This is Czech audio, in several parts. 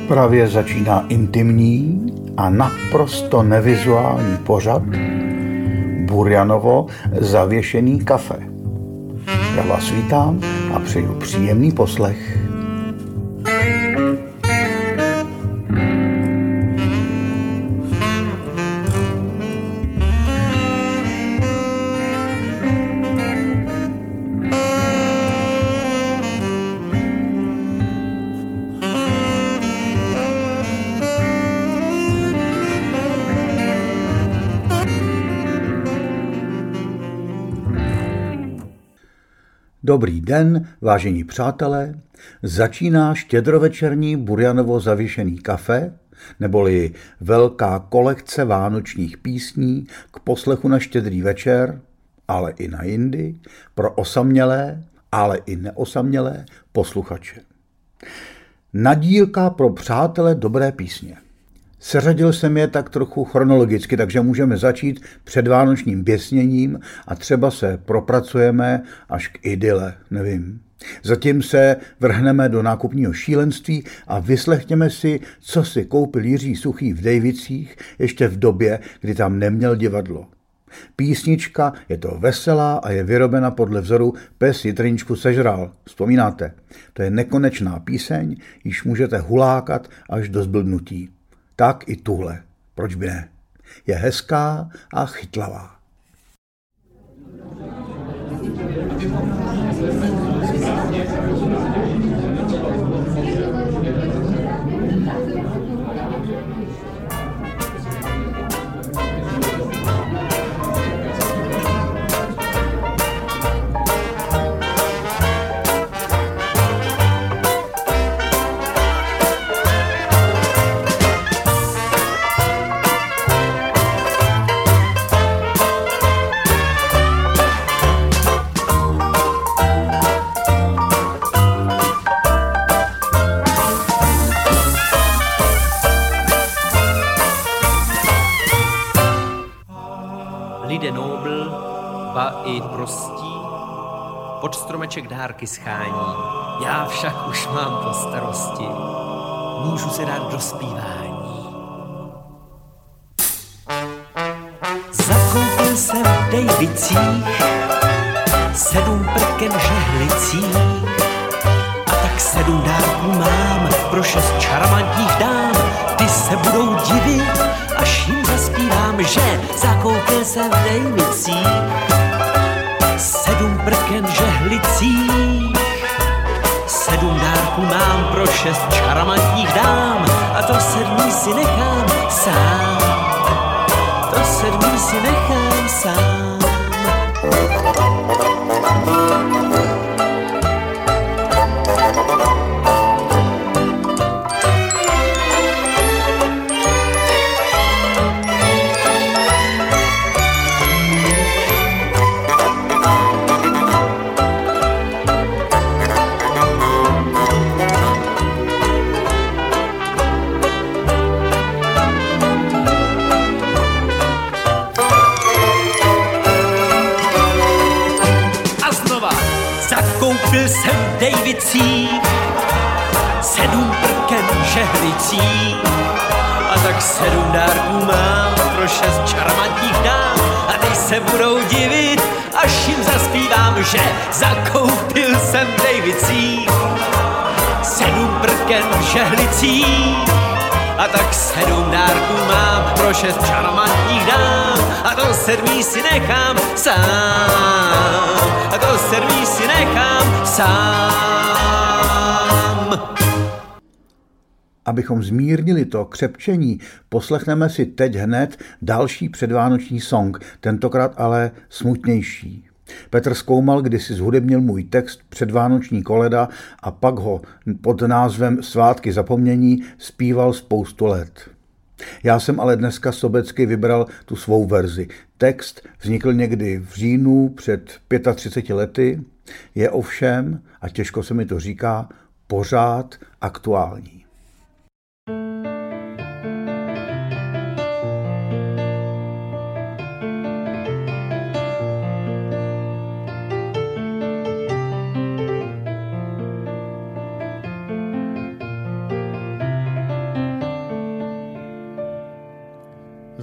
Právě začíná intimní a naprosto nevizuální pořad Burjanovo zavěšený kafe. Já vás vítám a přeju příjemný poslech. Dobrý den, vážení přátelé, začíná štědrovečerní Burjanovo zavěšený kafe, neboli velká kolekce vánočních písní k poslechu na štědrý večer, ale i na jindy, pro osamělé, ale i neosamělé posluchače. Nadílka pro přátele dobré písně. Seřadil jsem je tak trochu chronologicky, takže můžeme začít předvánočním běsněním a třeba se propracujeme až k idyle, nevím. Zatím se vrhneme do nákupního šílenství a vyslechněme si, co si koupil Jiří Suchý v Dejvicích ještě v době, kdy tam neměl divadlo. Písnička je to veselá a je vyrobena podle vzoru Pes jitrničku sežral. Vzpomínáte? To je nekonečná píseň, již můžete hulákat až do zblbnutí. Tak i tuhle. Proč by ne? Je hezká a chytlavá. Lidé nobl, ba i prostí, pod stromeček dárky schání. Já však už mám po starosti, můžu se dát do zpívání. Zakoupil jsem v Dejvicích 7 prken žehlicí a tak 7 dárků mám pro 6 čarmantních dám. Ty se budou divit, až jim zaspívám, že zakoupil jsem v Dejvicích 7 prken žehlicí. 7 dárků mám pro 6 čarmantních dám a to 7 si nechám sám. To 7 si nechám sám. Zakoupil jsem v Dejvicích 7 prken žehlicí a tak 7 dárků mám pro 6 čarmantních dám a ty se budou divit, až jim zaspívám, že zakoupil jsem v Dejvicích 7 prken žehlicí a tak 7 dárků mám pro 6 čarmantních dám a to 7 si nechám sám. A to 7 si nechám sám. Abychom zmírnili to křepčení, poslechneme si teď hned další předvánoční song, tentokrát ale smutnější. Petr Zkoumal kdysi zhudebnil můj text Předvánoční koleda a pak ho pod názvem Svátky zapomnění zpíval spoustu let. Já jsem ale dneska sobecky vybral tu svou verzi. Text vznikl někdy v říjnu před 35 lety, je ovšem, a těžko se mi to říká, pořád aktuální.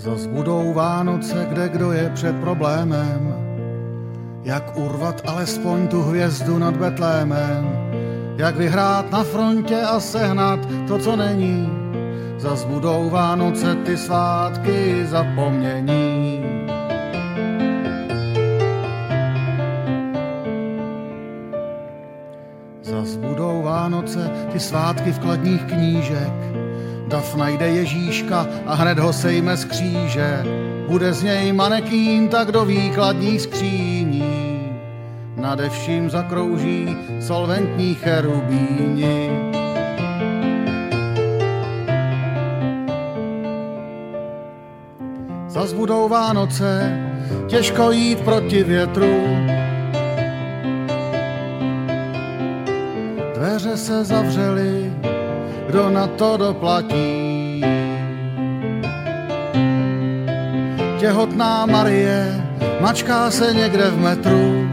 Zas budou Vánoce, kde kdo je před problémem, jak urvat alespoň tu hvězdu nad Betlémem, jak vyhrát na frontě a sehnat to, co není. Zas budou Vánoce, ty svátky zapomnění. Zas budou Vánoce, ty svátky vkladních knížek, dav najde Ježíška a hned ho sejme z kříže. Bude z něj manekín, tak do výkladních skříní nade vším zakrouží solventní cherubíni. Zas budou Vánoce, těžko jít proti větru, dveře se zavřely, kdo na to doplatí. Těhotná Marie mačká se někde v metru.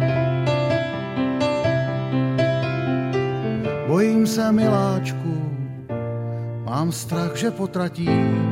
Bojím se, miláčku, mám strach, že potratí.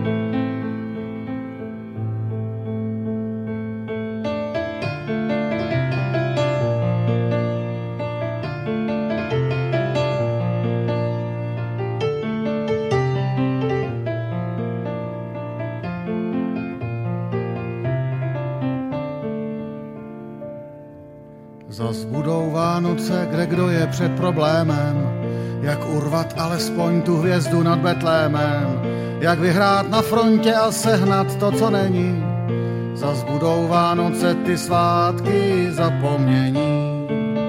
Zas budou Vánoce, kde kdo je před problémem, jak urvat alespoň tu hvězdu nad Betlémem, jak vyhrát na frontě a sehnat to, co není. Zas budou Vánoce, ty svátky zapomnění.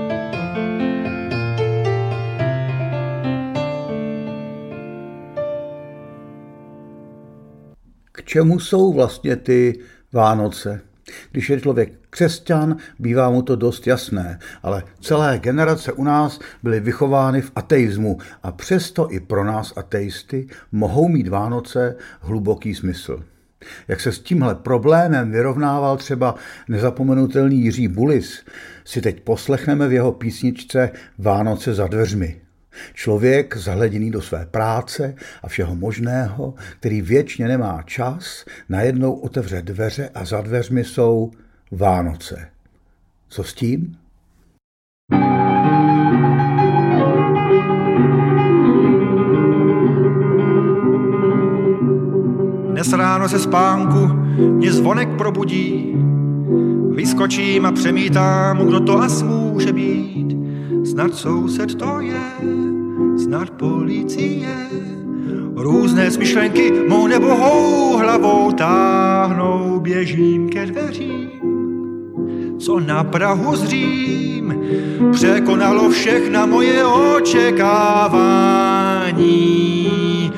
K čemu jsou vlastně ty Vánoce? Když je člověk křesťan, bývá mu to dost jasné, ale celé generace u nás byly vychovány v ateismu a přesto i pro nás ateisty mohou mít Vánoce hluboký smysl. Jak se s tímhle problémem vyrovnával třeba nezapomenutelný Jiří Bulis, si teď poslechneme v jeho písničce Vánoce za dveřmi. Člověk zahleděný do své práce a všeho možného, který věčně nemá čas, najednou otevře dveře a za dveřmi jsou Vánoce. Co s tím? Dnes ráno se spánku mě zvonek probudí. Vyskočím a přemítám, kdo to as může být. Snad soused to je, snad policie. Různé smyšlenky mou nebohou hlavou táhnou. Běžím ke dveřím, co na prahu zřím. Překonalo všechna moje očekávání.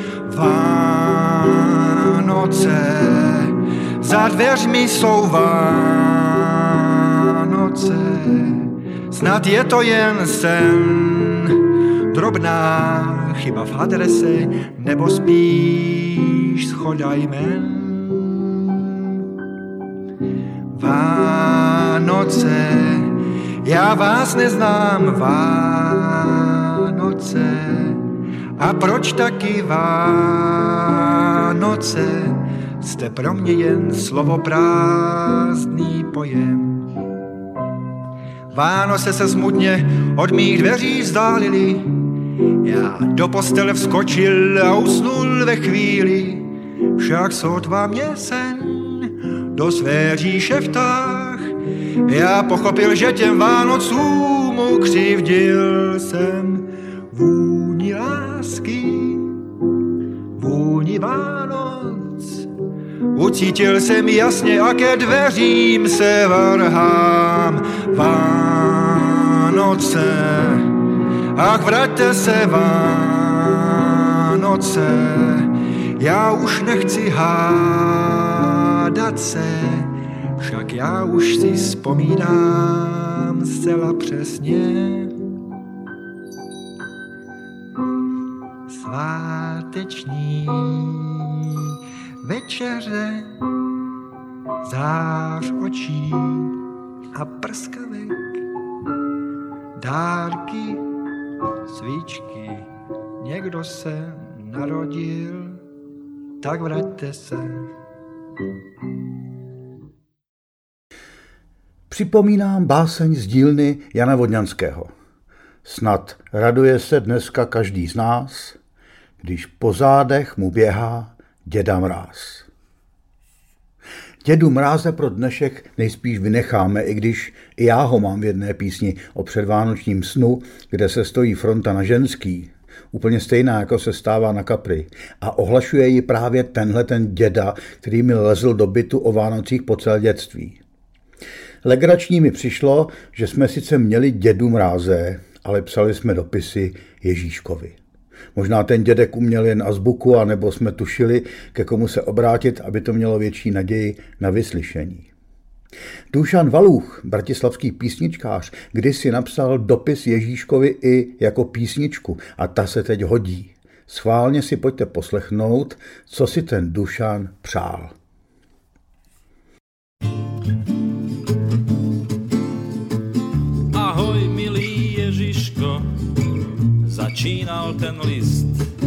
Vánoce, za dveřmi jsou Vánoce. Snad je to jen sen, drobná chyba v adrese, nebo spíš shoda jmen. Vánoce, já vás neznám, Vánoce. A proč taky Vánoce? Jste pro mě jen slovo prázdný pojem. Vánoce se smutně od mých dveří vzdálily. Já do postele vskočil a usnul ve chvíli. Však sotva mě sen do své říše vtáh. Já pochopil, že těm Vánocům ukřivdil jsem. Vůni lásky, vůni Vánoc. Ucítil jsem jasně, a ke dveřím se varhám. Vánoce, ach vraťte se Vánoce. Já už nechci hádat se, však já už si vzpomínám zcela přesně. Sváteční večeře, zář očí a prskavek, dárky, svíčky, někdo se narodil, tak vraťte se Připomínám báseň z dílny Jana Vodňanského. Snad raduje se dneska každý z nás, když po zádech mu běhá děda Mráz. Dědu Mráze pro dnešek nejspíš vynecháme, i když i já ho mám v jedné písni o předvánočním snu, kde se stojí fronta na ženský, úplně stejná, jako se stává na Kapry, a ohlašuje ji právě tenhle ten děda, který mi lezl do bytu o Vánocích po celé dětství. Legrační mi přišlo, že jsme sice měli dědu Mráze, ale psali jsme dopisy Ježíškovi. Možná ten dědek uměl jen azbuku, anebo jsme tušili, ke komu se obrátit, aby to mělo větší naději na vyslyšení. Dušan Valůch, bratislavský písničkář, kdysi napsal dopis Ježíškovi i jako písničku a ta se teď hodí. Schválně si pojďte poslechnout, co si ten Dušan přál. Ahoj, milý Ježiško, začínal ten list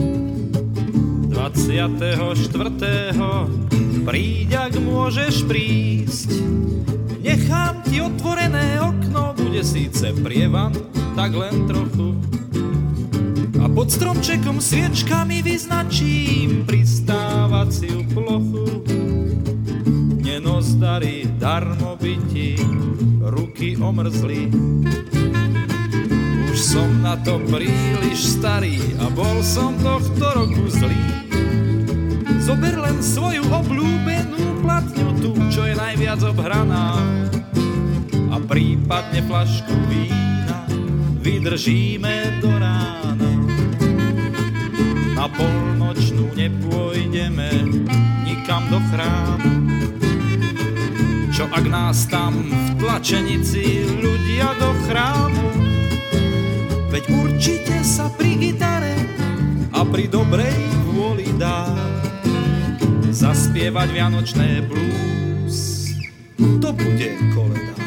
24. Príď, ak môžeš prísť. Nechám ti otvorené okno, bude síce prievan, tak len trochu. A pod stromčekom sviečkami vyznačím pristávaciu plochu. Nenozdary, darmo by ti ruky omrzli. Už som na to príliš starý a bol som tohto roku zlý. Zober len svoju obľúbenú platňu, tú, čo je najviac obhraná, a prípadne fľašku vína vydržíme do rána. Na polnočnú nepôjdeme nikam do chrámu. Čo ak nás tam v tlačenici ľudia do chrámu? Veď určite sa pri gitare a pri dobrej vôli dá zaspievať vianočné blues. To bude koleda.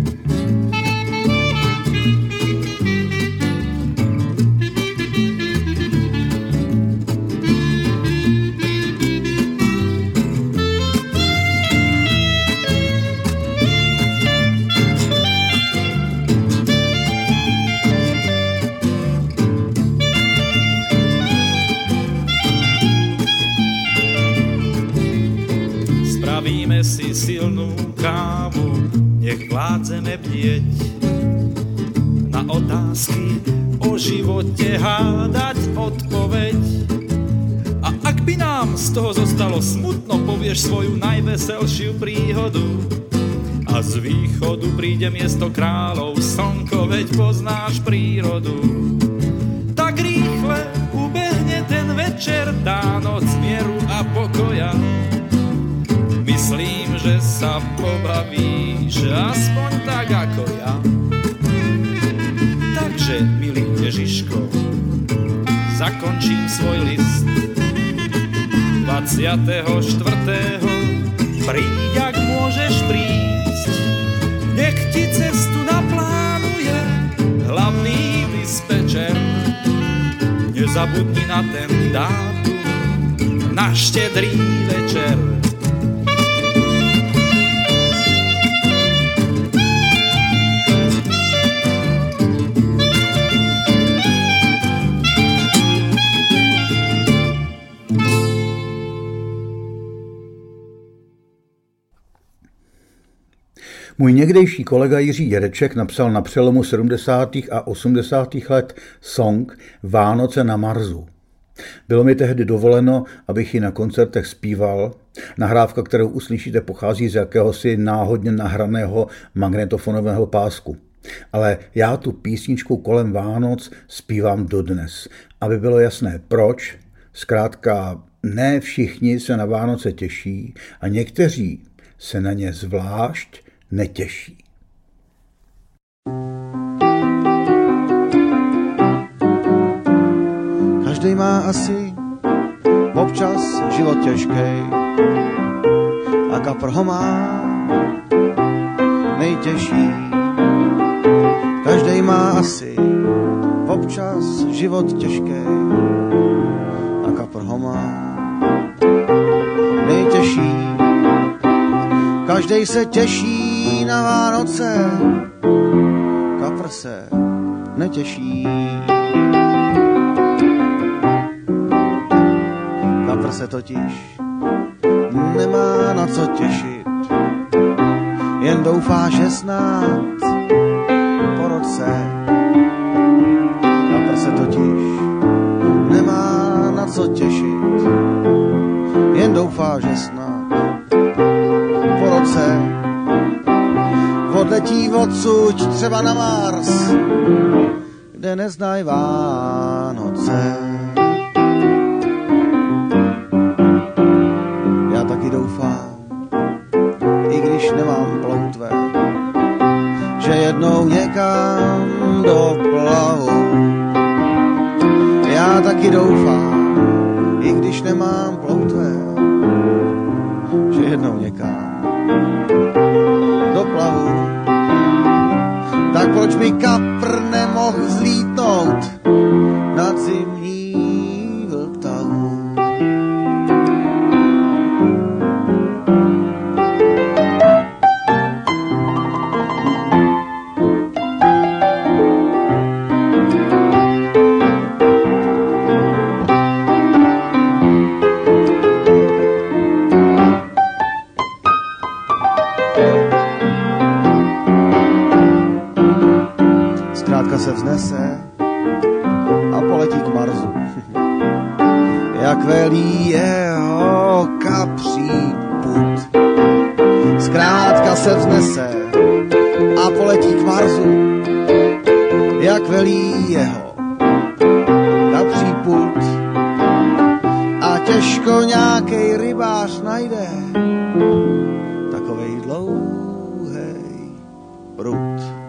Spravíme si silnú kávu, nech vládzeme bdieť, na otázky o živote hádať odpoveď. A ak by nám z toho zostalo smutno, povieš svoju najveselšiu príhodu. A z východu príde miesto kráľov slnko, veď poznáš prírodu. Tak rýchle ubehne ten večer, tá noc mieru a pokoja. Myslím, že sa pobavíš aspoň tak ako ja. Takže, milý Ježiško, zakončím svoj list 24. Príď, ak môžeš prísť. Nech ti cestu naplánuje hlavný dispečer. Nezabudni na ten dátum, na štedrý večer. Můj někdejší kolega Jiří Dědeček napsal na přelomu 70. a 80. let song Vánoce na Marsu. Bylo mi tehdy dovoleno, abych ji na koncertech zpíval. Nahrávka, kterou uslyšíte, pochází z jakéhosi náhodně nahraného magnetofonového pásku. Ale já tu písničku kolem Vánoc zpívám dodnes, aby bylo jasné proč. Zkrátka, ne všichni se na Vánoce těší a někteří se na ně zvlášť netěší. Každý má asi občas život těžký a kapr ho má nejtěžší. Každý má asi občas život těžký a kapr ho má nejtěžší. Každej se těší na Vánoce, kapr se netěší. Kapr se totiž nemá na co těšit, jen doufá, že snad po roce. Kapr se totiž nemá na co těšit, jen doufá, že snad po roce odletí odsud třeba na Mars, kde neznají Vánoce. Já taky doufám, i když nemám ploutve, že jednou někam doplavou. Já taky doufám, i když nemám ploutve, že jednou někam doplavu. Tak proč mi kapr nemohl zlítnout nad zimní Vltavu? Se vznese a poletí k Marsu, jak velí jeho kapří put. Zkrátka se vznese a poletí k Marsu, jak velí jeho kapří put. A těžko nějakej rybář najde takovej dlouhej prut.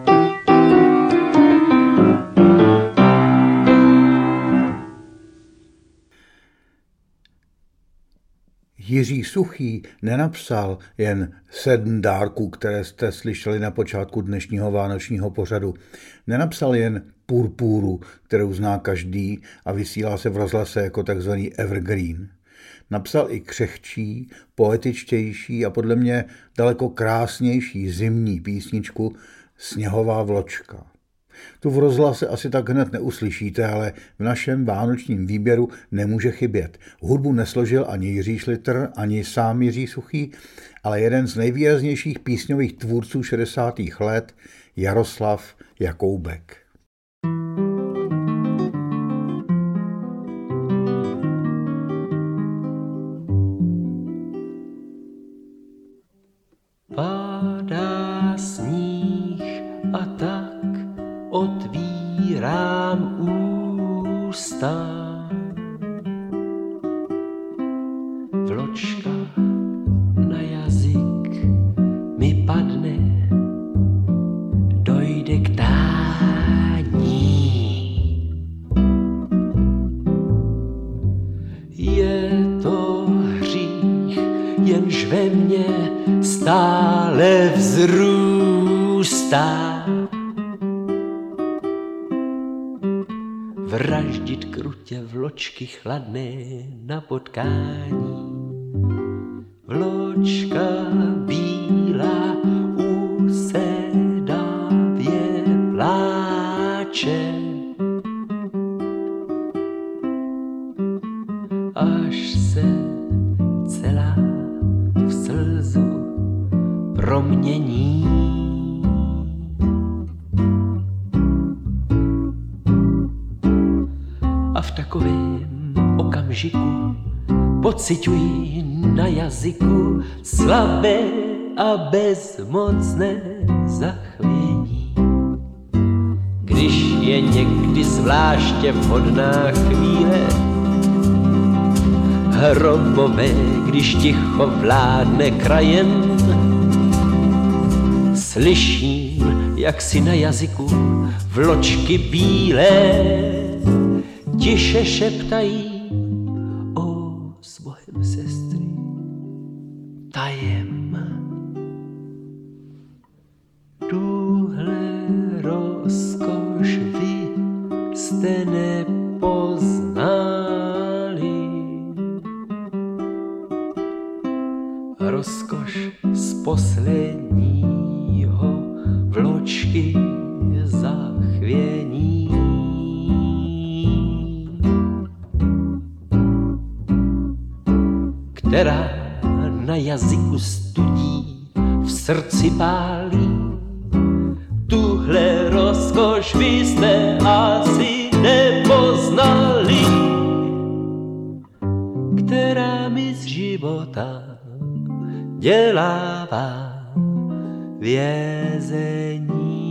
Jiří Suchý nenapsal jen 7 dárků, které jste slyšeli na počátku dnešního vánočního pořadu. Nenapsal jen Purpuru, kterou zná každý a vysílá se v rozhlase jako takzvaný evergreen. Napsal i křehčí, poetičtější a podle mě daleko krásnější zimní písničku Sněhová vločka. Tu v rozhlase asi tak hned neuslyšíte, ale v našem vánočním výběru nemůže chybět. Hudbu nesložil ani Jiří Šlitr, ani sám Jiří Suchý, ale jeden z nejvýraznějších písňových tvůrců 60. let, Jaroslav Jakoubek. Padá sníh a tak otvírám ústa. Vločka na jazyk mi padne, dojde k tání. Je to hřích, jenž ve mně stále vzrůstá. Vraždit krutě vločky chladné na potkání. Vločka bílá usedavě pláče, až se celá v slzu promění. A v takovém okamžiku pociťuji na jazyku slabé a bezmocné zachvění. Když je někdy zvláště vhodná chvíle, hrobové, když ticho vládne krajem, slyším, jak si na jazyku vločky bílé tiše šeptají o svojem sestry tajem. Tuhle rozkoš vy jste nepoznali. Rozkoš posledního vločky zachvění. Která na jazyku studí, v srdci pálí. Tuhle rozkoš vy jste asi nepoznali, která mi z života dělává vězení.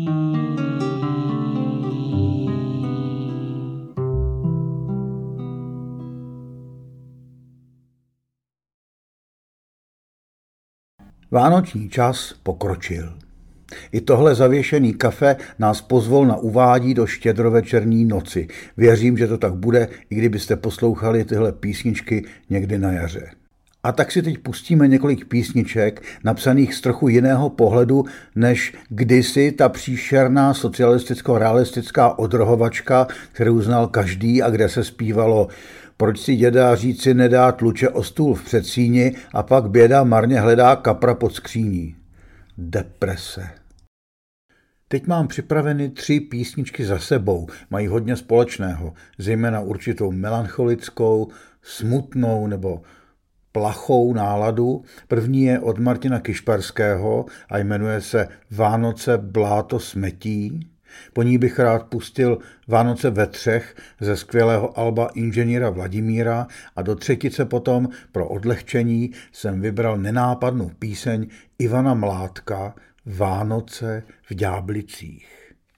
Vánoční čas pokročil. I tohle zavěšený kafe nás pozvolna uvádí do štědrovečerní noci. Věřím, že to tak bude, i kdybyste poslouchali tyhle písničky někdy na jaře. A tak si teď pustíme několik písniček, napsaných z trochu jiného pohledu, než kdysi ta příšerná socialisticko-realistická odrohovačka, kterou znal každý a kde se zpívalo: proč si děda říci nedá tluče o stůl v předsíni a pak běda marně hledá kapra pod skříní. Deprese. Teď mám připraveny 3 písničky za sebou. Mají hodně společného, zejména určitou melancholickou, smutnou nebo plachou náladu. První je od Martina Kišperského a jmenuje se Vánoce bláto smetí. Po ní bych rád pustil Vánoce ve třech ze skvělého alba inženýra Vladimíra a do třetice potom pro odlehčení jsem vybral nenápadnou píseň Ivana Mládka Vánoce v Ďáblicích.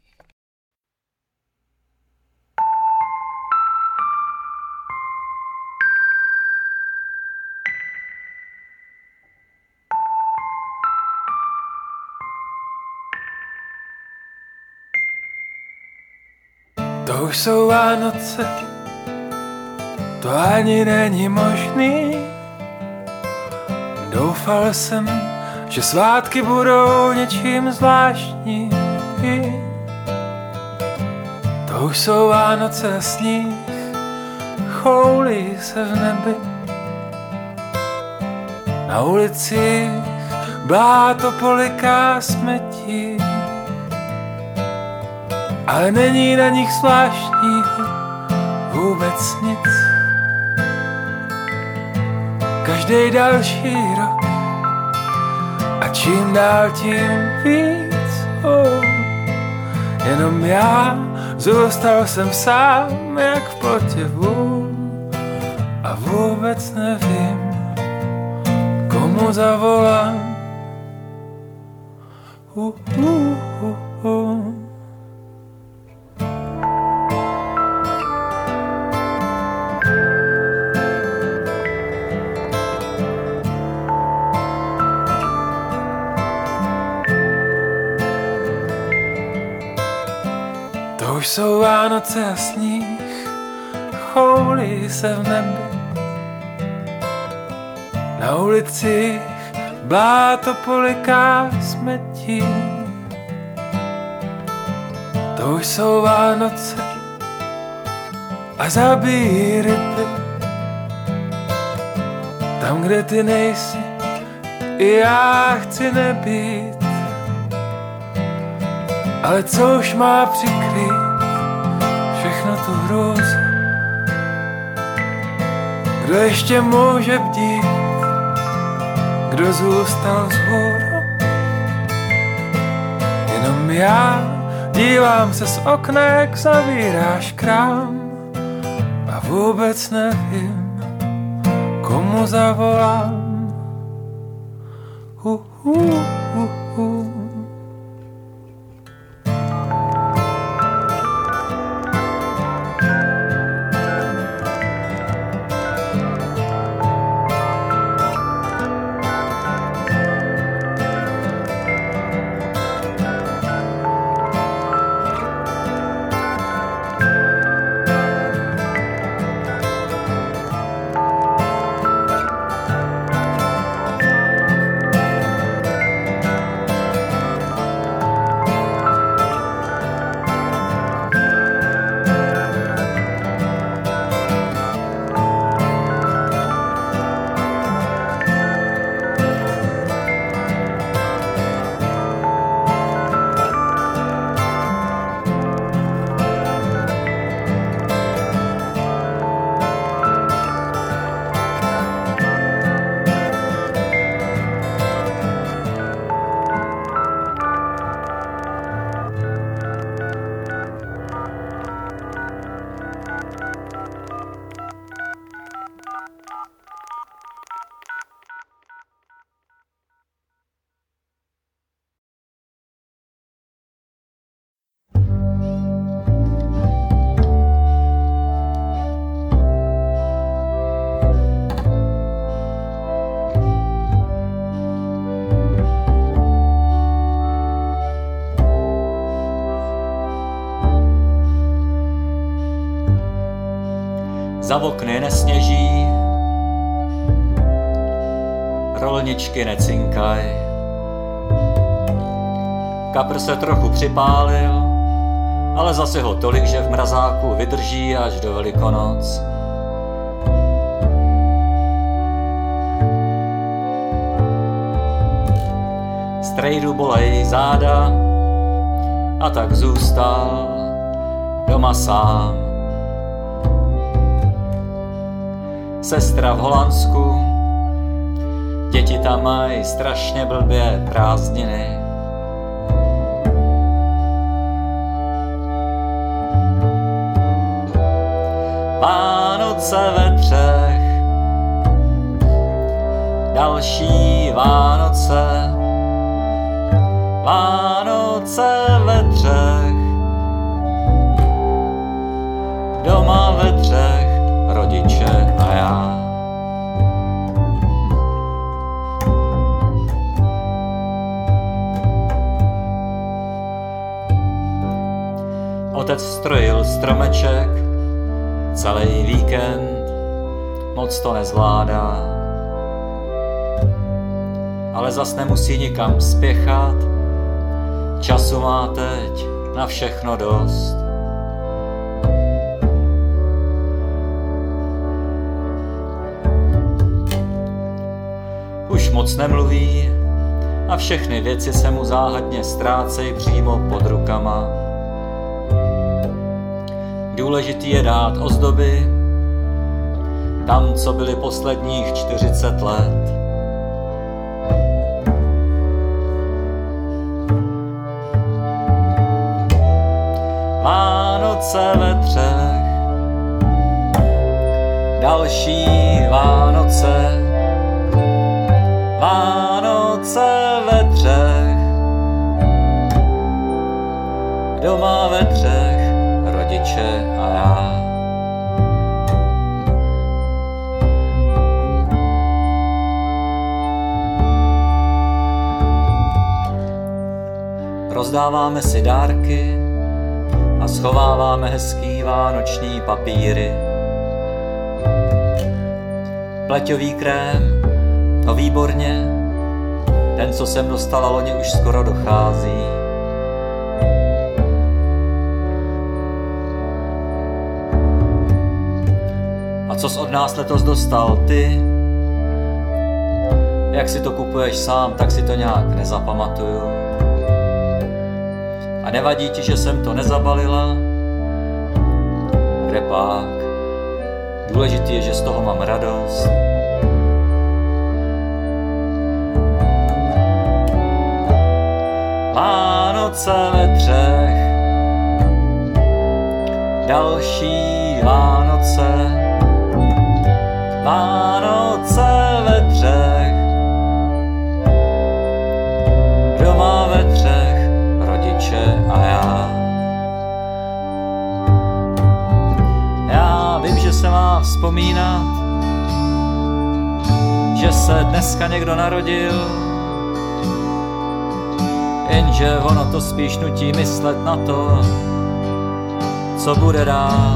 To už jsou Vánoce, to ani není možný. Doufal jsem, že svátky budou něčím zvláštní. To už jsou Vánoce a sníh choulí se v nebi. Na ulicích bláto poliká smetí, ale není na nich zvláštního vůbec nic. Každý další rok a čím dál tím víc, jenom já zůstal jsem sám jak v plotě vůl a vůbec nevím, komu zavolám. To už jsou Vánoce a sníh choulí se v nebi. Na ulicích bláto poliká smetí. To už jsou Vánoce a zabíjí ryby. Tam, kde ty nejsi, i já chci nebýt. Ale co už má přikrýt všechno tu hrůzu? Kdo ještě může bdít? Kdo zůstal vzhůru? Jenom já dívám se z okna, jak zavíráš krám a vůbec nevím, komu zavolám. za okny nesněží, rolničky necinkaj. Kapr se trochu připálil, ale zase ho tolik, že v mrazáku vydrží až do Velikonoc. Strejdu bolej záda a tak zůstal doma sám. Sestra v Holandsku, děti tam mají strašně blbě prázdniny. Vánoce ve třech, další Vánoce, Vánoce ve třech, doma ve třech, rodiče a já. Otec strojil stromeček, celý víkend, moc to nezvládá. Ale zas nemusí nikam spěchat, času má teď na všechno dost. Už moc nemluví a všechny věci se mu záhadně ztrácejí přímo pod rukama. Důležitý je dát ozdoby tam, co byly posledních 40 let. Vánoce ve třech, další Vánoce, Vánoce ve třech, doma ve třech, rodiče a já. Rozdáváme si dárky a schováváme hezký vánoční papíry. Pleťový krém, no výborně, ten, co jsem dostala loni, už skoro dochází. A co jsi od nás letos dostal ty? Jak si to kupuješ sám, tak si to nějak nezapamatuju. A nevadí ti, že jsem to nezabalila? Krepák. Důležitý je, že z toho mám radost. Vánoce ve třech, další Vánoce, Vánoce ve třech, doma ve třech, rodiče a já. Já vím, že se má vzpomínat, že se dneska někdo narodil, jenže ono to spíš nutí myslet na to, co bude dál.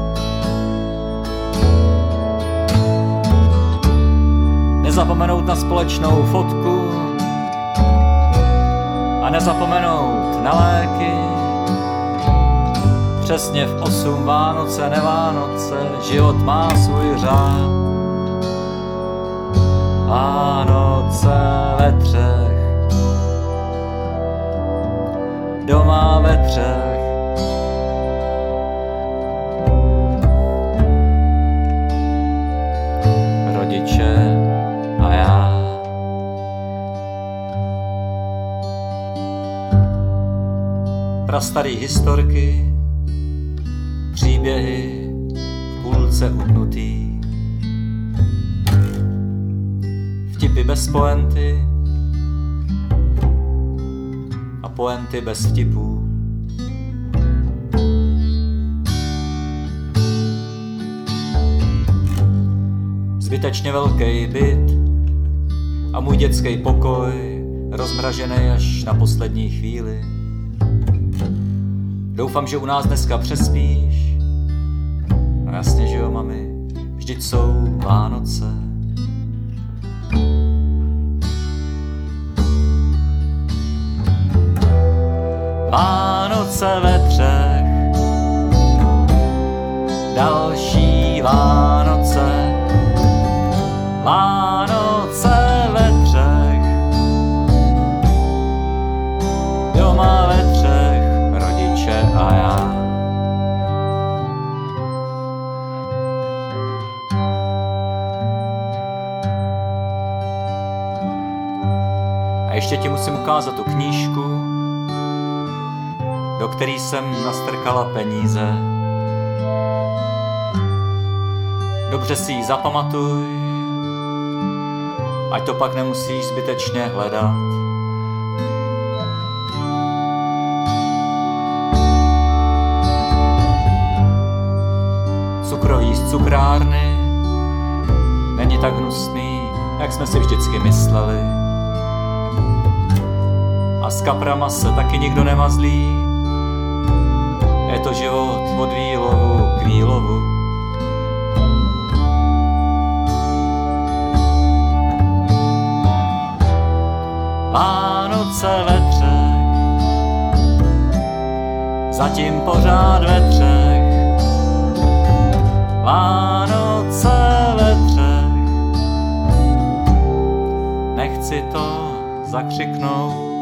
Nezapomenout na společnou fotku a nezapomenout na léky. Přesně v 8 Vánoce, nevánoce, život má svůj řád. Vánoce ve třech, doma ve třech, rodiče a já. Prastarý historky, příběhy v půlce utnutý, vtipy bez poenty a poenty bez vtipů. Zbytečně velký byt a můj dětský pokoj rozmražený až na poslední chvíli. Doufám, že u nás dneska přespíš. No jasně, že jo, mami. vždyť jsou Vánoce. Vánoce ve třech, další Vánoce, Vánoce ve třech, doma ve třech, rodiče a já. A ještě ti musím ukázat tu knížku, do který jsem nastrkala peníze. Dobře si ji zapamatuj, ať to pak nemusíš zbytečně hledat. Cukroví z cukrárny není tak hnusný, jak jsme si vždycky mysleli. A s kaprama se taky nikdo nemazlí. Je to život od výlovu k výlovu. Vánoce ve třech, zatím pořád ve třech. Vánoce ve třech, nechci to zakřiknout.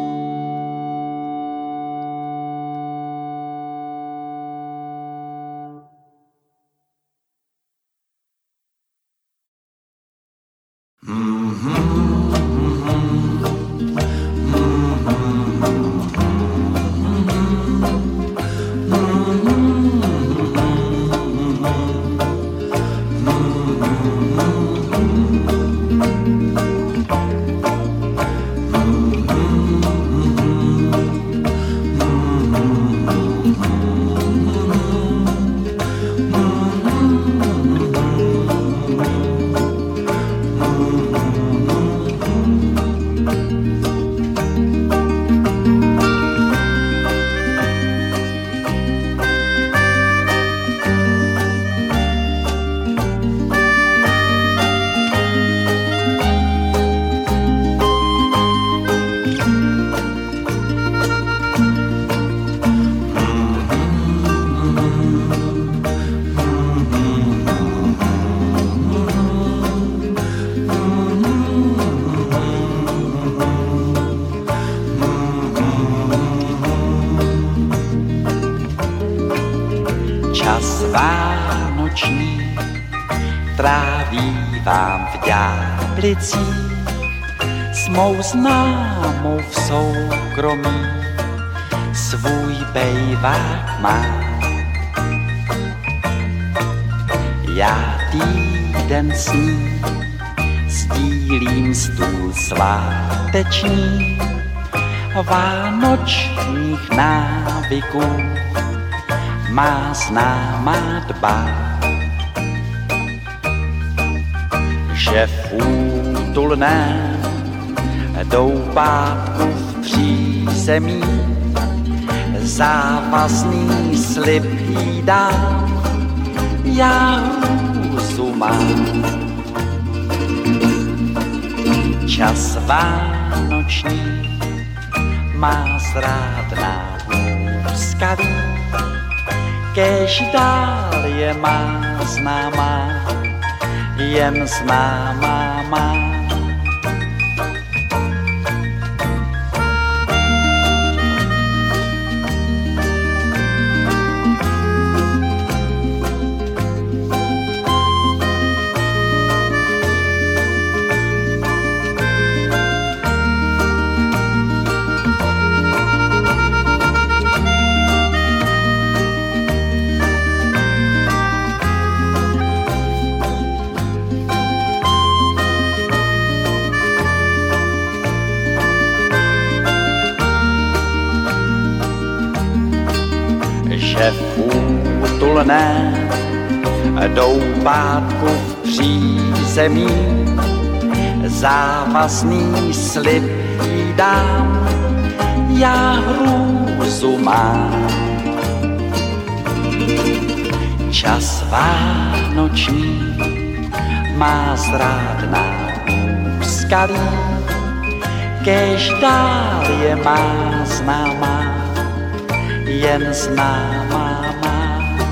Čas vánoční trávívám v Ďáblicích s mou známou v soukromí, svůj bejvák mám. Já týden s ní sdílím stůl sváteční, vánočních návyků má známá dbá, že v útulném doupátku v přízemí závazný slib jí dám, já hrůzu mám. Čas vánoční má zrádná úskalí, kéž dál je má známá, jen známá má. Že v útulném doupátku v přízemí závazný slib jí dám, já hrůzu mám. Čas vánoční má zrádná úskalí, kéž dál je má známá, jen známá má.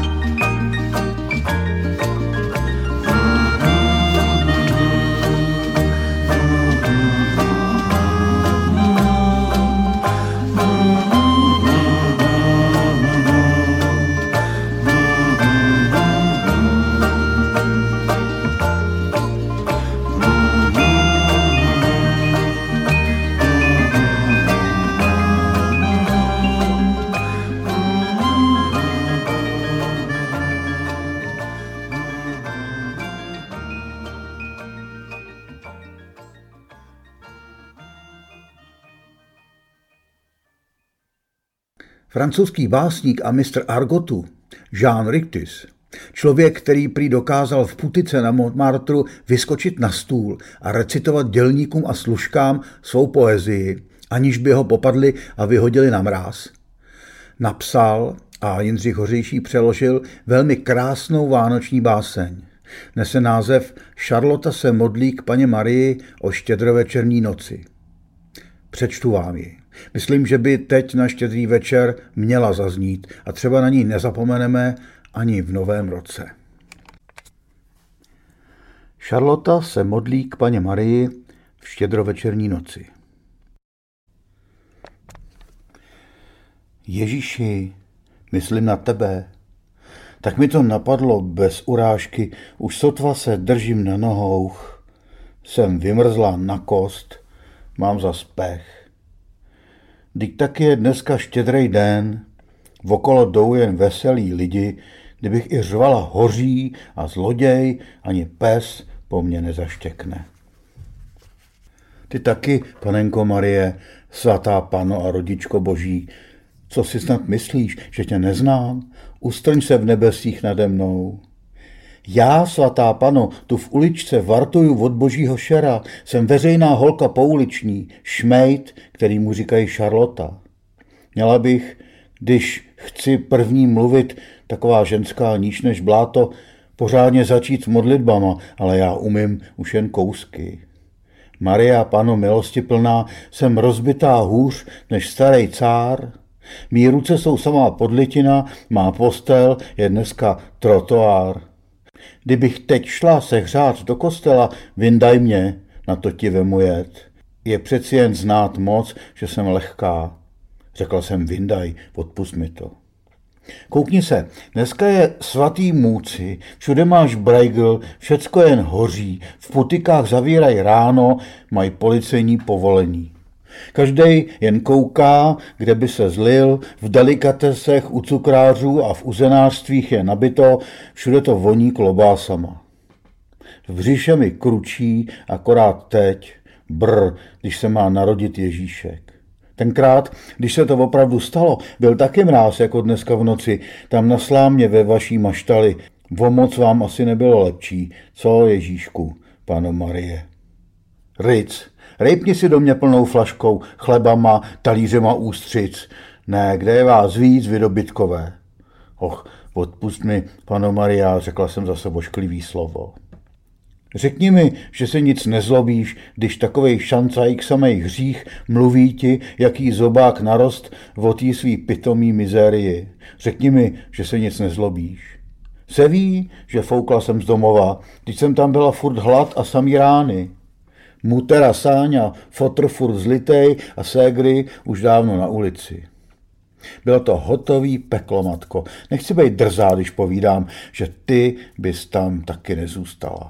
Francouzský básník a mistr argotu Jean Rictus, člověk, který prý dokázal v Putice na Montmartru vyskočit na stůl a recitovat dělníkům a služkám svou poezii, aniž by ho popadli a vyhodili na mráz, napsal a Jindřich Hořejší přeložil velmi krásnou vánoční báseň. Nese název Šarlota se modlí k Panně Marii o štědrovečerní noci. Přečtu vám ji. Myslím, že by teď na Štědrý večer měla zaznít a třeba na ní nezapomeneme ani v novém roce. Šarlota se modlí k Panně Marii v štědrovečerní noci. Ježíši, myslím na tebe. Tak mi to napadlo bez urážky, už sotva se držím na nohou. Jsem vymrzla na kost, mám zas pech. Vždyť tak je dneska štědrej den, okolo jdou jen veselí lidi, kdybych i řvala hoří a zloděj, ani pes po mně nezaštěkne. Ty taky, panenko Marie, svatá Panno a rodičko boží, co si snad myslíš, že tě neznám? Ustrň se v nebesích nade mnou. Já, svatá Panno, tu v uličce vartuju od božího šera, jsem veřejná holka pouliční, šmejt, který mu říkají Šarlota. Měla bych, když chci první mluvit, taková ženská níž než bláto, pořádně začít s modlitbama, ale já umím už jen kousky. Maria, Panno milostiplná, jsem rozbitá hůř než starý cár. Mí ruce jsou samá podlitina, má postel je dneska trotoár. Kdybych teď šla se hřát do kostela, vyndaj mě, na to ti vemu jet. Je přeci jen znát moc, že jsem lehká. Řekla jsem vyndaj, odpust mi to. Koukni se, dneska je svatý můci, všude máš brajgl, všecko jen hoří, v putikách zavírají ráno, mají policejní povolení. Každej jen kouká, kde by se zlil, v delikatesech u cukrářů a v uzenářstvích je nabito, všude to voní klobásama. V břiše mi kručí akorát teď, když se má narodit Ježíšek. Tenkrát, když se to opravdu stalo, byl taky mráz jako dneska v noci, tam na slámě ve vaší maštali. O moc vám asi nebylo lepší, co Ježíšku, Panno Marie. Ric, rejpni si do mě plnou flaškou, chlebama, talířema ústřic. Ne, kde je vás víc, vy dobytkové. Och, odpust mi, Panno Maria, řekla jsem zase ošklivý slovo. Řekni mi, že se nic nezlobíš, když takovej šancajk samej hřích mluví ti, jaký zobák narost o tý svý pitomý mizérii. Řekni mi, že se nic nezlobíš. Se ví, že foukla jsem z domova, když jsem tam byla furt hlad a samý rány. Mutera Sáňa, fotr furt zlitej a ségry už dávno na ulici. Bylo to hotový peklo, matko. Nechci být drzá, když povídám, že ty bys tam taky nezůstala.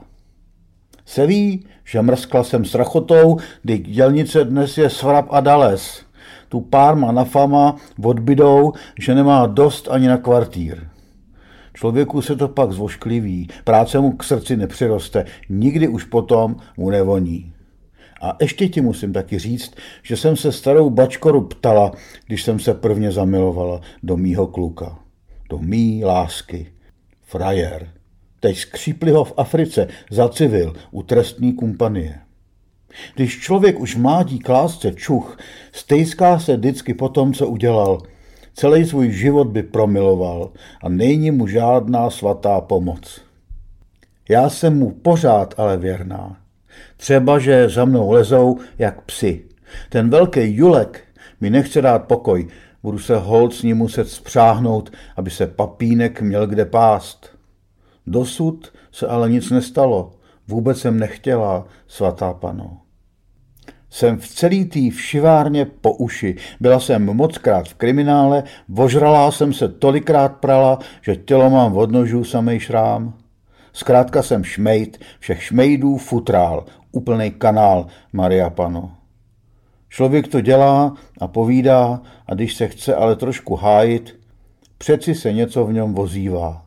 Se ví, že mrskla jsem s rachotou, kdy dělnice dnes je svrap a dales. Tu pár má na fama odbydou, že nemá dost ani na kvartír. Člověku se to pak zvoškliví, práce mu k srdci nepřiroste, nikdy už potom mu nevoní. A ještě ti musím taky říct, že jsem se starou bačkoru ptala, když jsem se prvně zamilovala do mýho kluka. Do mý lásky. Frajer. Teď skřípli ho v Africe za civil u trestní kompanie. Když člověk už mládí k lásce čuch, stejská se vždycky po tom, co udělal. Celý svůj život by promiloval a není mu žádná svatá pomoc. Já jsem mu pořád ale věrná. Třeba, že za mnou lezou jak psi. Ten velký Julek mi nechce dát pokoj. Budu se holt s ním muset spřáhnout, aby se papínek měl kde pást. Dosud se ale nic nestalo. Vůbec jsem nechtěla, svatá pano. Jsem v celý tý všivárně po uši. Byla jsem mockrát v kriminále, ožralá jsem se tolikrát prala, že tělo mám od nožů samej šrám. Zkrátka jsem šmejd, všech šmejdů futrál, úplnej kanál, Maria Pano. Člověk to dělá a povídá a když se chce ale trošku hájit, přeci se něco v něm ozývá.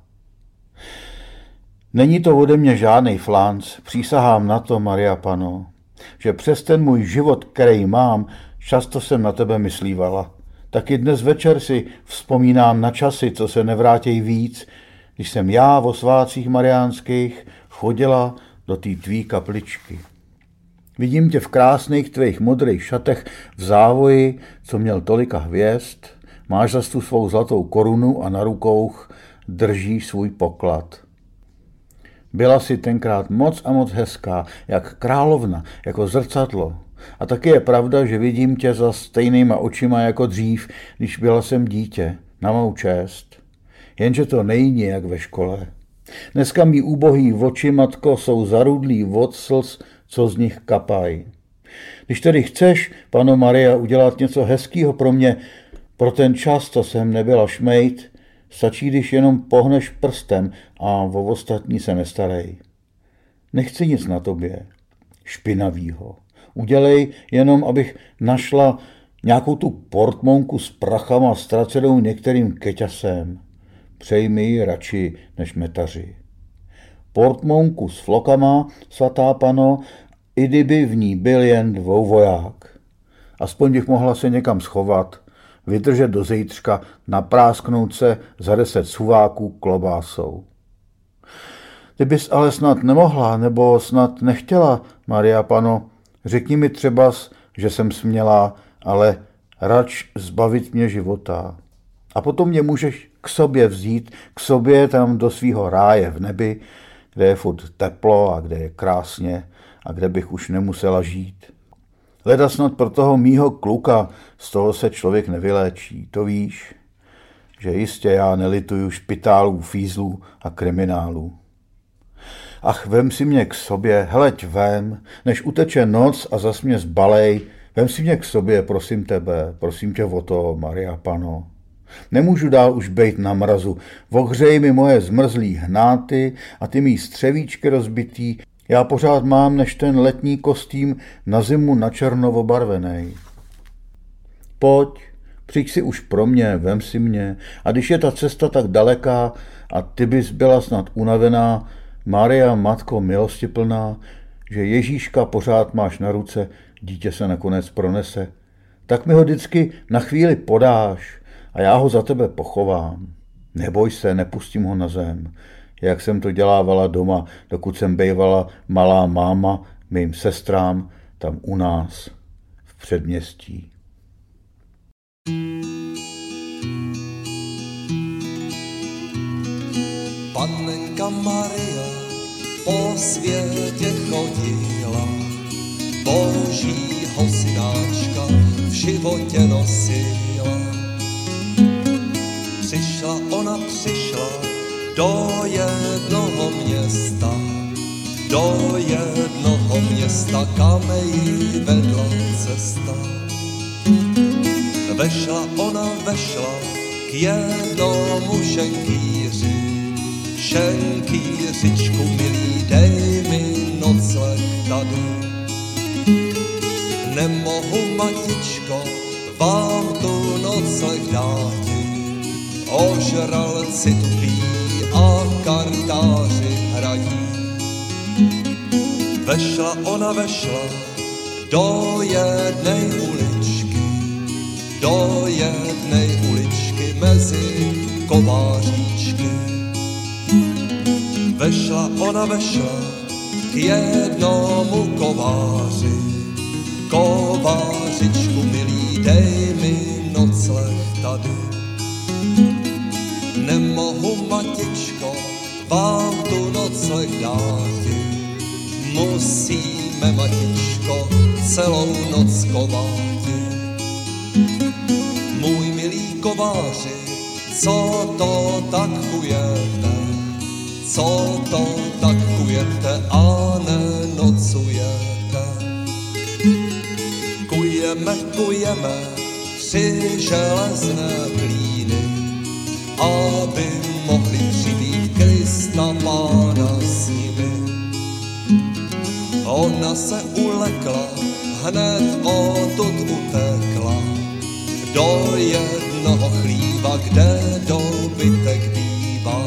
Není to ode mě žádnej flánc, přísahám na to, Maria Pano, že přes ten můj život, který mám, často jsem na tebe myslívala. Taky dnes večer si vzpomínám na časy, co se nevrátěj víc, když jsem já o svátcích mariánských chodila do té tvý kapličky. Vidím tě v krásných tvých modrých šatech v závoji, co měl tolika hvězd, máš zas tu svou zlatou korunu a na rukou držíš svůj poklad. Byla si tenkrát moc a moc hezká, jak královna, jako zrcadlo. A taky je pravda, že vidím tě za stejnýma očima jako dřív, když byla jsem dítě, na mou čest. Jenže to není jak ve škole. Dneska mý úbohý oči, matko, jsou zarudlí od slz, co z nich kapají. Když tedy chceš, Pano Maria, udělat něco hezkýho pro mě, pro ten čas, co jsem nebyla šmejd, stačí, když jenom pohneš prstem a o ostatní se nestarej. Nechci nic na tobě, špinavýho. Udělej jenom, abych našla nějakou tu portmonku s prachama ztracenou některým keťasem. Přejmi ji radši než metaři. Portmonku s flokama, svatá pano, i kdyby v ní byl jen 2 voják. Aspoň bych mohla se někam schovat, vydržet do zítřka, naprásknout se za 10 suváků klobásou. Ty bys ale snad nemohla, nebo snad nechtěla, Maria Pano, řekni mi třebas, že jsem směla, ale rač zbavit mě života. A potom mě můžeš k sobě vzít, k sobě tam do svýho ráje v nebi, kde je furt teplo a kde je krásně a kde bych už nemusela žít. Leda snad pro toho mýho kluka, z toho se člověk nevyléčí, to víš, že jistě já nelituju špitálů, fízlů a kriminálů. Ach, vem si mě k sobě, hleď vem, než uteče noc a zas mě zbalej, vem si mě k sobě, prosím tebe, prosím tě o to, Maria Pano. Nemůžu dál už bejt na mrazu, ohřej mi moje zmrzlý hnáty a ty mý střevíčky rozbitý, já pořád mám než ten letní kostým na zimu na černo obarvenej. Pojď, přijď si už pro mě, vem si mě, a když je ta cesta tak daleká a ty bys byla snad unavená, Maria, matko milostiplná, že Ježíška pořád máš na ruce, dítě se nakonec pronese, tak mi ho vždycky na chvíli podáš a já ho za tebe pochovám. Neboj se, nepustím ho na zem, jak jsem to dělávala doma, dokud jsem bejvala malá máma mým sestrám tam u nás v předměstí. Panenka Maria po světě chodila, božího synáčka v životě nosila. Přišla do jednoho města, kam jí vedla cesta. Vešla k jednomu šenkýři, šenkýřičku milý, dej mi nocleh tady. Nemohu, matičko, vám tu nocleh dáti, ožralci tupí a kartáři hrají. Vešla do jednej uličky mezi kováříčky. Vešla k jednomu kováři, kovářičku milý, dej mi nocleh tady. Nemohu, matičko, vám tu nocleh dáti. Musíme, matičko, celou noc kováti. Můj milý kováři, co to tak kujete? Co to tak kujete a nenocujete? Kujeme tři železné klíny, aby mohli přibít Krista Pána s nimi. Ona se ulekla, hned odtud utekla do jednoho chlíva, kde dobytek bývá.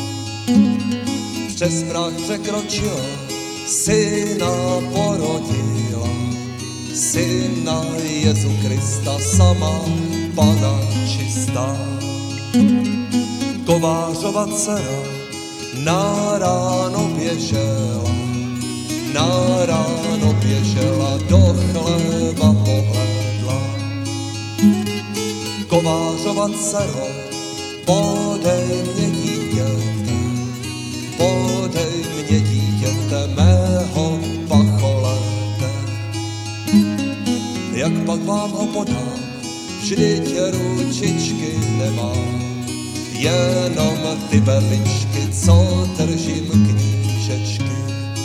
Přes prach překročila, syna porodila, syna Jezu Krista, sama Pana čistá. Kovářova dcera na ráno běžela, do chleba pohlédla. Kovářova dcero, podej mě dítěte mého pacholete. Jak pak vám ho podám, vždyť ručičky nemám, jenom ty berličky, co držím knížečky.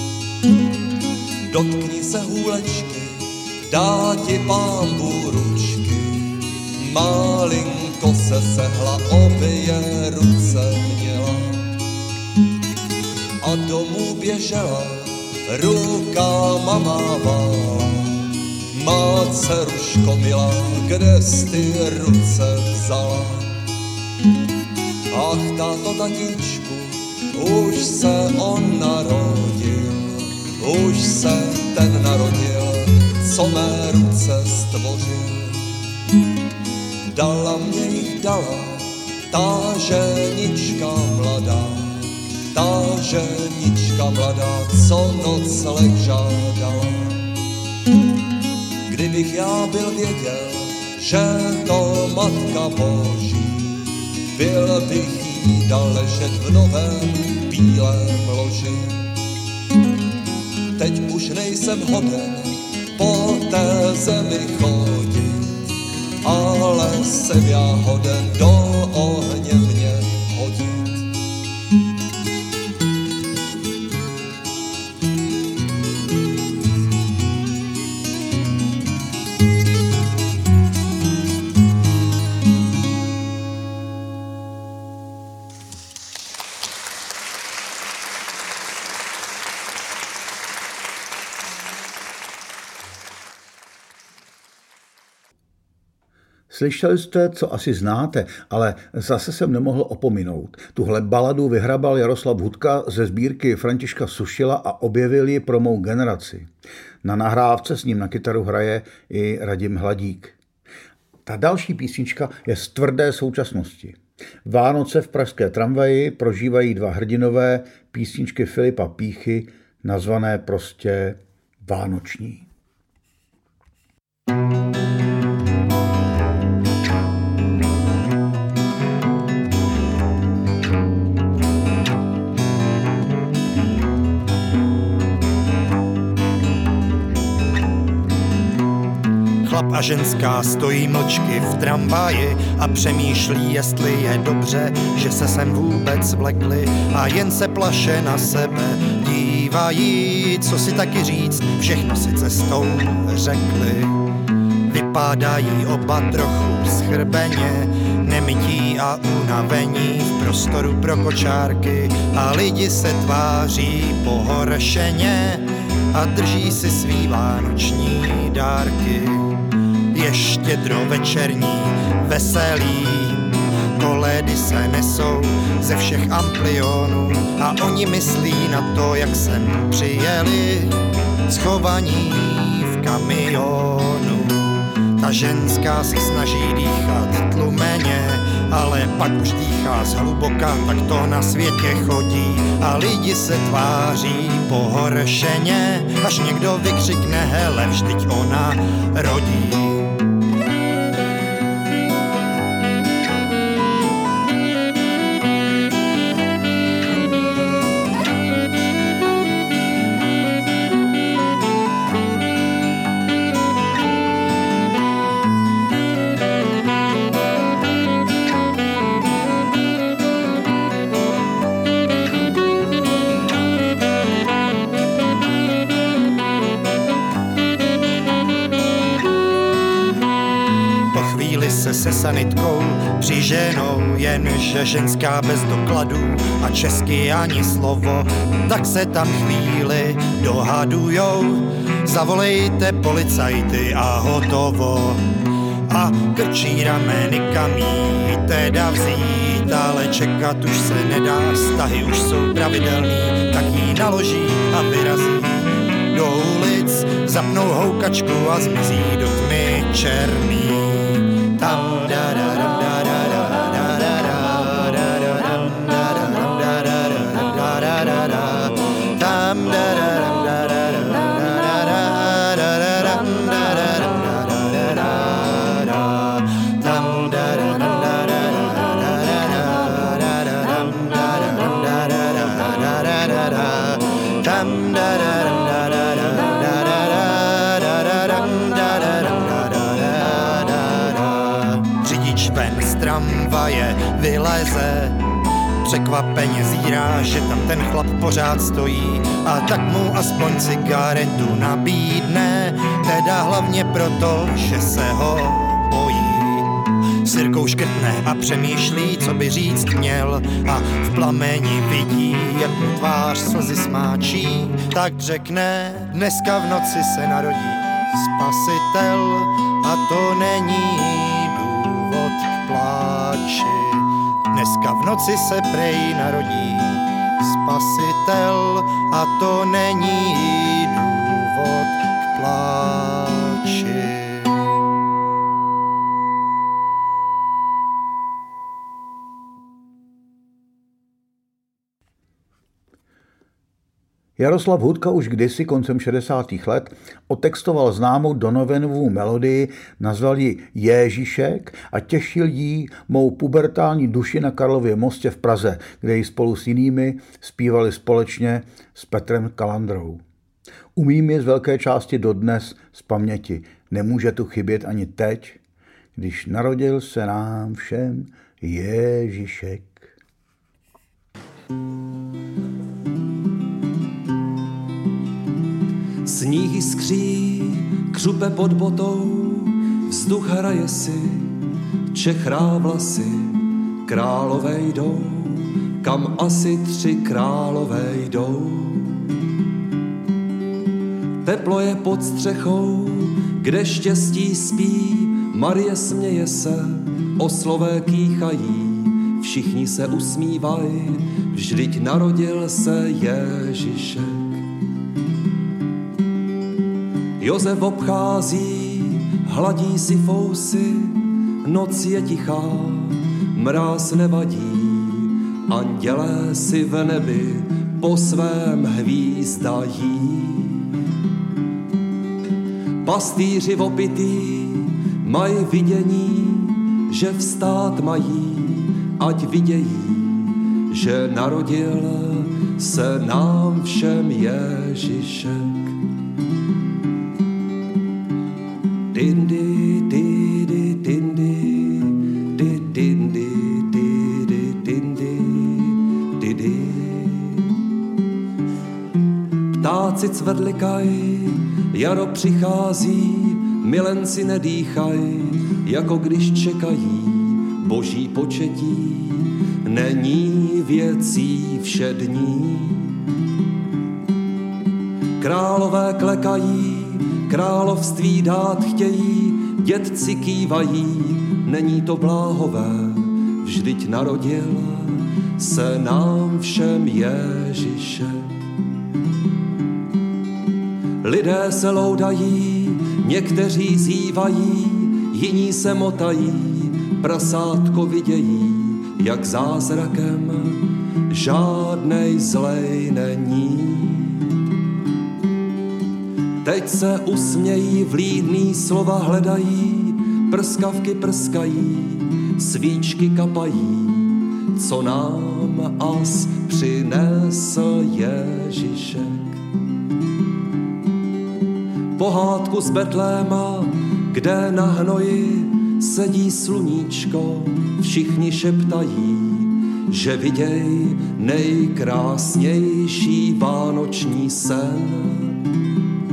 Dotkni se hůlečky, dá ti Pánbůh ručky, malinko se sehla, obě ruce měla. A domů běžela, rukama mávala, má dceruško milá, kde jsi ty ruce vzala? Ach, táto tatíčku, už se on narodil, už se ten narodil, co mé ruce stvořil. Dala mě jich dala, ta ženička mladá, co nocleh žádala. Kdybych já byl věděl, že to Matka Boží, byl bych jí dal ležet v novém bílém loži. Teď už nejsem hoden po té zemi chodit, ale jsem já hoden do ohně mě hodit. Slyšeli jste, co asi znáte, ale zase jsem nemohl opominout. Tuhle baladu vyhrabal Jaroslav Hudka ze sbírky Františka Sušila a objevil ji pro mou generaci. Na nahrávce s ním na kytaru hraje i Radim Hladík. Ta další písnička je z tvrdé současnosti. Vánoce v pražské tramvaji prožívají dva hrdinové písničky Filipa Pýchy, nazvané prostě vánoční. Chlap a ženská stojí mlčky v tramvaji a přemýšlí, jestli je dobře, že se sem vůbec vlekli, a jen se plaše na sebe dívají, co si taky říct, všechno si cestou řekli. Vypadají oba trochu schrbeně, nemytí a unavení v prostoru pro kočárky, a lidi se tváří pohoršeně a drží si svý vánoční dárky. Je štědrovečerní veselí, kolédy se nesou ze všech amplionů a oni myslí na to, jak sem přijeli, schovaní v kamionu. Ta ženská se snaží dýchat tlumeně, ale pak už dýchá zhluboka, tak to na světě chodí a lidi se tváří pohoršeně, až někdo vykřikne, hele, vždyť ona rodí. se sanitkou přiženou, jenže ženská bez dokladů a česky ani slovo, tak se tam chvíli dohadujou. Zavolejte policajty a hotovo. A krčí rameny, kam jí teda vzít, ale čekat už se nedá, vztahy už jsou pravidelný, tak jí naloží a vyrazí do ulic, zapnou houkačku a zmizí do tmy černý. Tam da da da da da da da da da tam da da da da tramvaje vyleze, překvapeně zírá, že tam ten chlap pořád stojí a tak mu aspoň cigaretu nabídne, teda hlavně proto, že se ho bojí. S Jirkou škrtne a přemýšlí, co by říct měl a v plameni vidí, jak mu tvář slzy smáčí, tak řekne, dneska v noci se narodí spasitel a to není důvod k pláči. Dneska v noci se prej narodí spasitel a to není důvod k pláči. Jaroslav Hudka už kdysi koncem 60. let otextoval známou Donovanovu melodii, nazval ji Ježíšek a těšil jí mou pubertální duši na Karlově mostě v Praze, kde ji spolu s jinými zpívali společně s Petrem Kalandrou. Umím ji z velké části dodnes z paměti. Nemůže tu chybět ani teď, když narodil se nám všem Ježíšek. Sníh jiskří, křupe pod botou, vzduch hraje si, čechrá vlasy, králové jdou, kam asi 3 králové jdou. Teplo je pod střechou, kde štěstí spí, Marie směje se, oslové kýchají, všichni se usmívají, vždyť narodil se Ježíšek. Josef obchází, hladí si fousy, noc je tichá, mráz nevadí, andělé si v nebi po svém hvízdají. Pastýři opití mají vidění, že vstát mají, ať vidějí, že narodil se nám všem Ježíšek. Dindy, dindy, dindy, dindy, dindy, dindy, dindy. Ptáci cvrlikaj, jaro přichází, milenci nedýchaj, jako když čekají boží početí, není věcí všední. Králové klekají, království dát chtějí, dětci kývají, není to bláhové, vždyť narodil se nám všem Ježíšek. Lidé se loudají, někteří zývají, jiní se motají, prasátko vidějí, jak zázrakem žádnej zlej není. Teď se usmějí, vlídný slova hledají, prskavky prskají, svíčky kapají, co nám as přinesl Ježíšek. Pohádku z Betléma, kde na hnoji sedí sluníčko, všichni šeptají, že viděj nejkrásnější vánoční sen.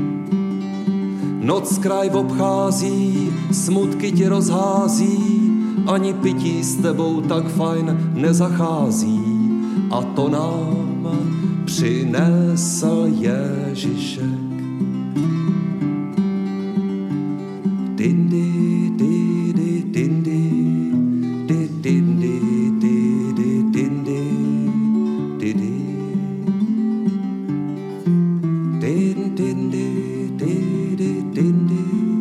Noc kraj obchází, smutky ti rozhází, ani pití s tebou tak fajn nezachází. A to nám přinesl Ježíšek. Dindy, dindy, dindy, dindy, dindy, dindy, dindy, dindy, dindy, dindy,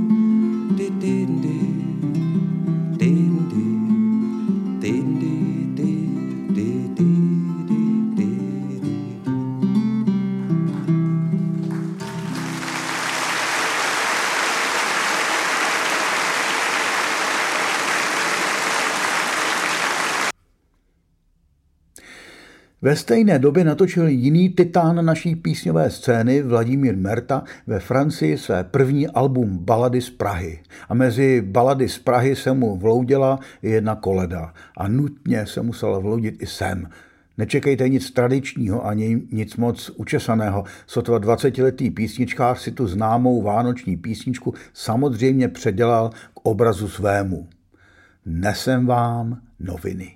Ve stejné době natočil jiný titán naší písňové scény Vladimír Merta ve Francii své první album Balady z Prahy. A mezi Balady z Prahy se mu vloudila i jedna koleda. A nutně se musela vloudit i sem. Nečekejte nic tradičního ani nic moc učesaného. Sotva 20letý písničkář si tu známou vánoční písničku samozřejmě předělal k obrazu svému. Nesem vám noviny.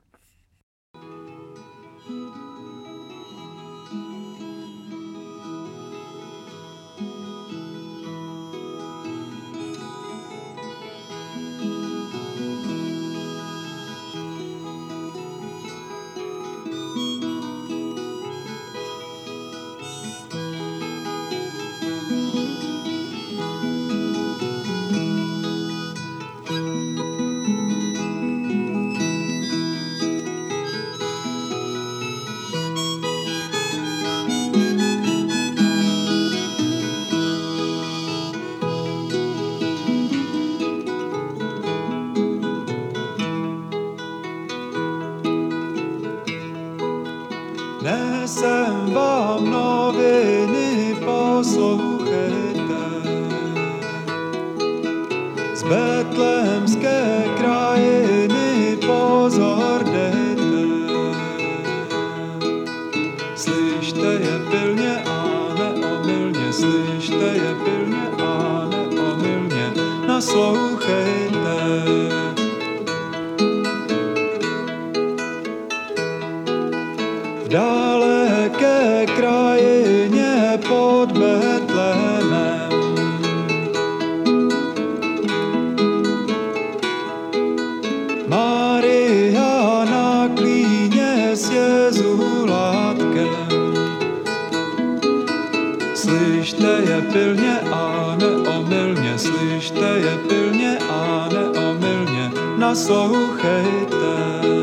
Nesem vám noviny, poslouchejte. Z betlémské krajiny pozor dejte. Slyšte je pilně a neomylně, slyšte je pilně a neomylně, naslouchejte. V daleké krajině pod Betlémem Maria na klíně s Jezulátkem. Slyšte je pilně a neomylně, slyšte je pilně a neomylně, naslouchejte.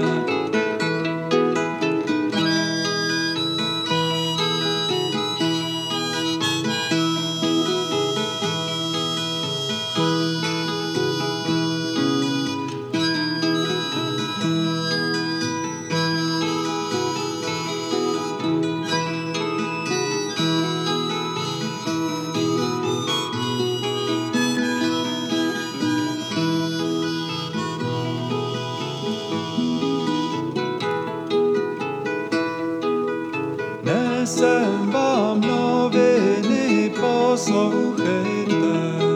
Nesem vám noviny, poslouchejte.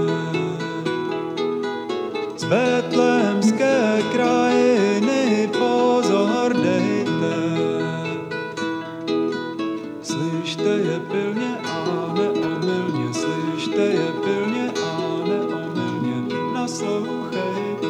Z betlémské krajiny pozor dejte. Slyšte je pilně a neomylně, slyšte je pilně a neomylně, naslouchejte.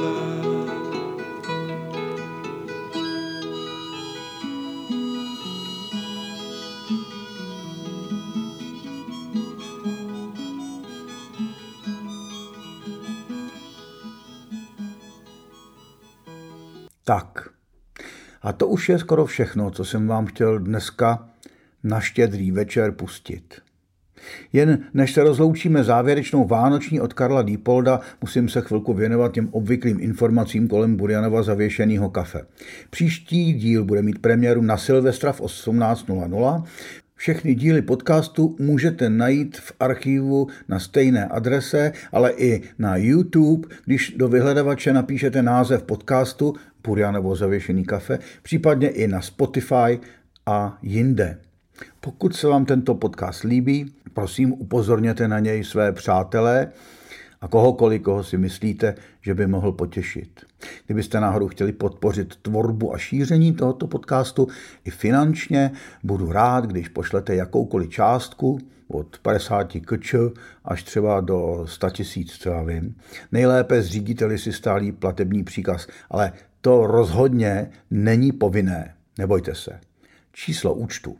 Tak, a to už je skoro všechno, co jsem vám chtěl dneska na Štědrý večer pustit. Jen než se rozloučíme závěrečnou vánoční od Karla Diepolda, musím se chvilku věnovat těm obvyklým informacím kolem Burjanova zavěšeného kafe. Příští díl bude mít premiéru na Silvestra v 18:00. Všechny díly podcastu můžete najít v archivu na stejné adrese, ale i na YouTube, když do vyhledavače napíšete název podcastu Burjanovo zavěšený kafe, případně i na Spotify a jinde. Pokud se vám tento podcast líbí, prosím upozorněte na něj své přátelé a kohokoliv, koho si myslíte, že by mohl potěšit. Kdybyste náhodou chtěli podpořit tvorbu a šíření tohoto podcastu i finančně, budu rád, když pošlete jakoukoliv částku od 50 kč až třeba do 100 000, co já vím. Nejlépe zřídíte-li si stálý platební příkaz, ale to rozhodně není povinné, nebojte se. Číslo účtu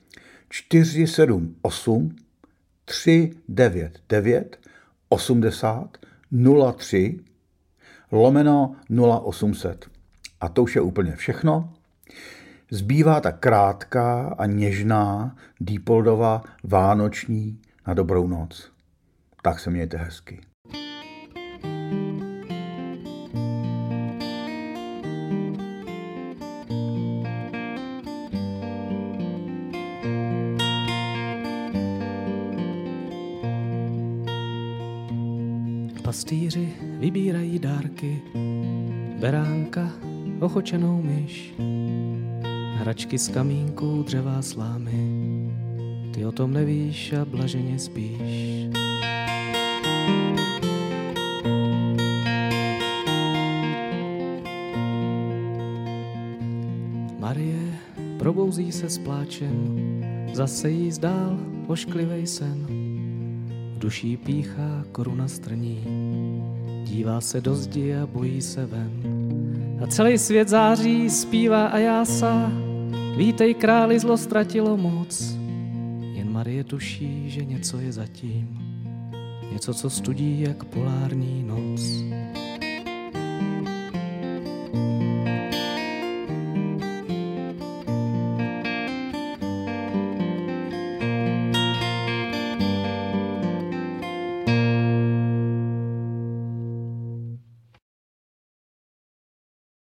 478 399 80 03 / 0800. A to už je úplně všechno. Zbývá ta krátká a něžná Diepoldova vánoční na dobrou noc. Tak se mějte hezky. Pastýři vybírají dárky, beránka, ochočenou myš, hračky s kamínkou, dřeva, slámy. Ty o tom nevíš a blaženě spíš. Marie probouzí se s pláčem, zase jí zdál ošklivej sen. V duší píchá koruna strní, dívá se do zdi a bojí se ven. A celý svět září, zpívá a jásá, vítej králi, zlo ztratilo moc. Jen Marie tuší, že něco je zatím, něco, co studí jak polární noc.